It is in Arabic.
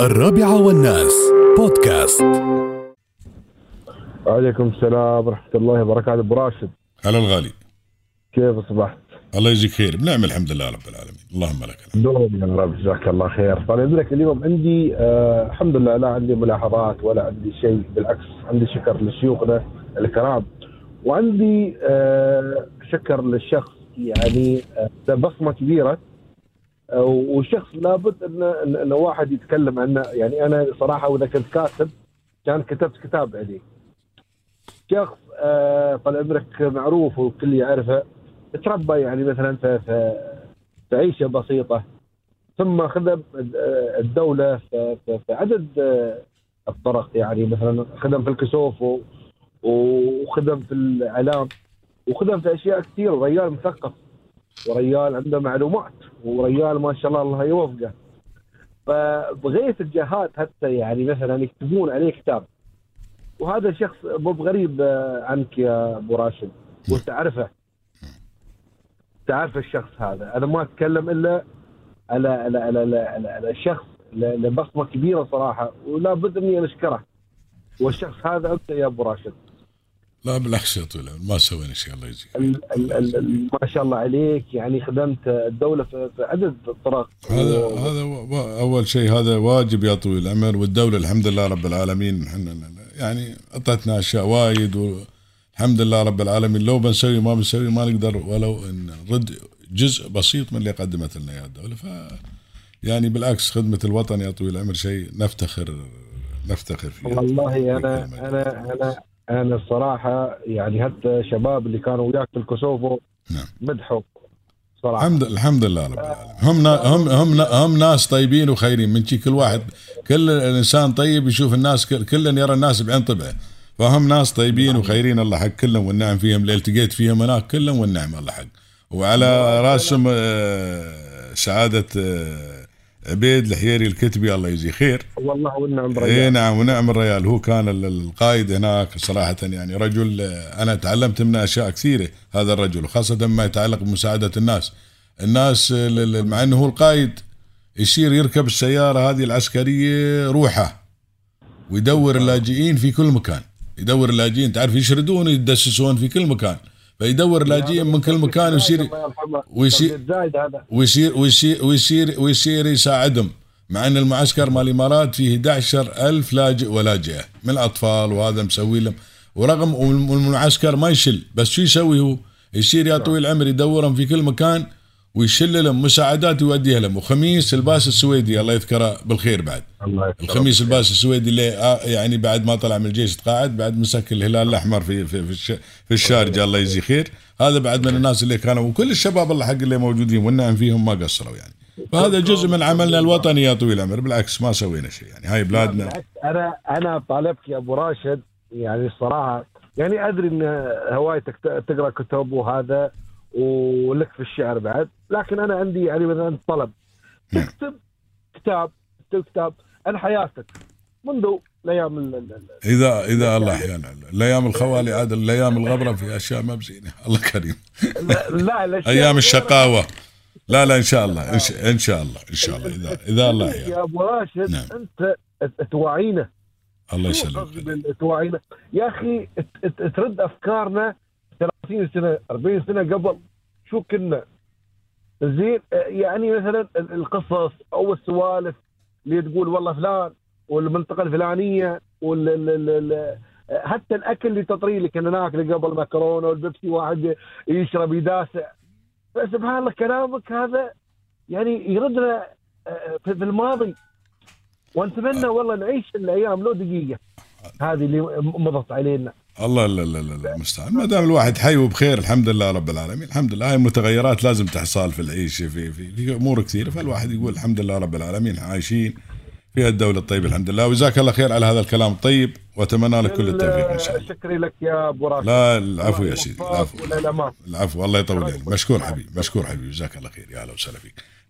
والناس بودكاست. وعليكم السلام ورحمة الله وبركاته. أبو راشد، هلا الغالي، كيف أصبحت؟ الله يجزيك خير. بنعم الحمد لله رب العالمين، اللهم لك الحمد. دوم يا رب، جزاك الله خير. طال عمرك، اليوم عندي الحمد لله لا عندي ملاحظات ولا عندي شيء، بالعكس عندي شكر لشيوخنا الكرام، وعندي شكر للشخص يعني بصمة كبيرة، وشخص لابد ان واحد يتكلم عنه. يعني انا صراحة واذا كنت كاتب كان كتبت كتاب عليه. شخص طال عمرك معروف والكل يعرفه، تربى يعني مثلا في عيشة بسيطة، ثم خدم الدولة في عدد الطرق. يعني مثلا خدم في الكسوف وخدم في الإعلام وخدم في أشياء كثير. رجال مثقف ورجال عنده معلومات ورجال ما شاء الله يوفقه. فبغيت الجهات حتى يعني مثلا يكتبون عليه كتاب. وهذا الشخص مو بغريب عنك يا أبو راشد، وتعرفه، تعرف الشخص هذا. أنا ما أتكلم إلا على الشخص لبصمة كبيرة صراحة، ولا بد إني نشكره. والشخص هذا أنت يا أبو راشد. لا بالعكس يا طويل، ما سوينا شيء، الله يجزيك. ما شاء الله عليك، يعني خدمت الدولة في عدد الطرق. هذا أول شيء، هذا واجب يا طويل العمر. والدولة الحمد لله رب العالمين احنا يعني أعطتنا أشياء وايد، والحمد لله رب العالمين. لو بنسوي ما بنسوي ما نقدر ولو إن نرد جزء بسيط من اللي قدمت لنا يا الدولة. يعني بالعكس خدمة الوطن يا طويل العمر شيء نفتخر فيه. والله أنا الصراحة يعني حتى شباب اللي كانوا وياك في الكوسوفو نعم مدحوا صراحة. الحمد لله رب العالمين. هم ناس طيبين وخيرين. من شي كل إنسان طيب يشوف الناس، كل يرى الناس بعين طبعه. فهم ناس طيبين وخيرين، الله حق كلهم والنعم فيهم. اللي التقيت فيهم هناك كلهم والنعم الله حق. وعلى راسهم سعادة عبيد الحيري الكتبي، الله يجزيه خير. والله والنعم الرجال. اي نعم ونعم الرجال. هو كان القائد هناك صراحة، يعني رجل أنا تعلمت منه أشياء كثيرة هذا الرجل، وخاصة ما يتعلق بمساعدة الناس مع أنه هو القائد يصير يركب السيارة هذه العسكرية روحه ويدور اللاجئين في كل مكان. يدور اللاجئين، تعرف يشردون يدسسون في كل مكان، فيدور اللاجئين من كل مكان ويصير يساعدهم. مع أن المعسكر مال الإمارات فيه 11,000 لاجئ ولاجئة من الأطفال، وهذا مسوي لهم. ورغم المعسكر ما يشل، بس شو يسوي هو؟ يصير يا طويل العمر يدورهم في كل مكان ويشل لهم مساعدات ويوديها لهم. وخميس الباس السويدي الله يذكره بالخير بعد، الخميس الباس السويدي اللي يعني بعد ما طلع من الجيش تقاعد، بعد مسك الهلال الأحمر في الشارجة الله يجزيه خير. هذا بعد من الناس اللي كانوا، وكل الشباب الله حق اللي موجودين والنعم فيهم ما قصروا يعني. فهذا جزء من عملنا الوطني يا طويل العمر. بالعكس ما سوينا شيء، يعني هاي بلادنا. أنا طالبك يا أبو راشد، يعني الصراحة يعني أدري إن هوايتك تقرأ كتب وهذا ولك في الشعر بعد، لكن أنا عندي يعني مثلا طلب تكتب كتاب عن حياتك منذ الأيام إذا الله أحيانا الأيام الخوالي عاد الأيام الغبرة في أشياء ما بزينة. الله كريم. لا أيام الشقاوة. لا إن شاء الله إن شاء الله إذا الله أحيانا. يا أبو راشد نعم. أنت توعينا، الله يسلمك، توعينا يا أخي. ترد أفكارنا 30 سنة 40 سنة قبل شو كنا زين. يعني مثلا القصص أو السوالف اللي تقول والله فلان والمنطقة الفلانية حتى الأكل اللي تطري اللي كنا ناكله قبل، مكرونة والبيبسي واحد يشرب يداسع. فسبحان الله كلامك هذا يعني يردنا في الماضي، ونتمنى والله نعيش الأيام لو دقيقة هذه اللي مضت علينا. الله لا مستعان. ما دام الواحد حي وبخير الحمد لله رب العالمين. الحمد لله. هاي المتغيرات لازم تحصل في العيش في امور كثيره، فالواحد يقول الحمد لله رب العالمين عايشين في الدوله الطيبه الحمد لله. وجزاك الله خير على هذا الكلام الطيب، واتمنى لك كل التوفيق ان شاء الله. شكري لك يا ابو راشد. لا العفو يا سيدي، العفو الله يطول عليك. مشكور حبيبي، جزاك الله خير. يا اهلا وسهلا فيك.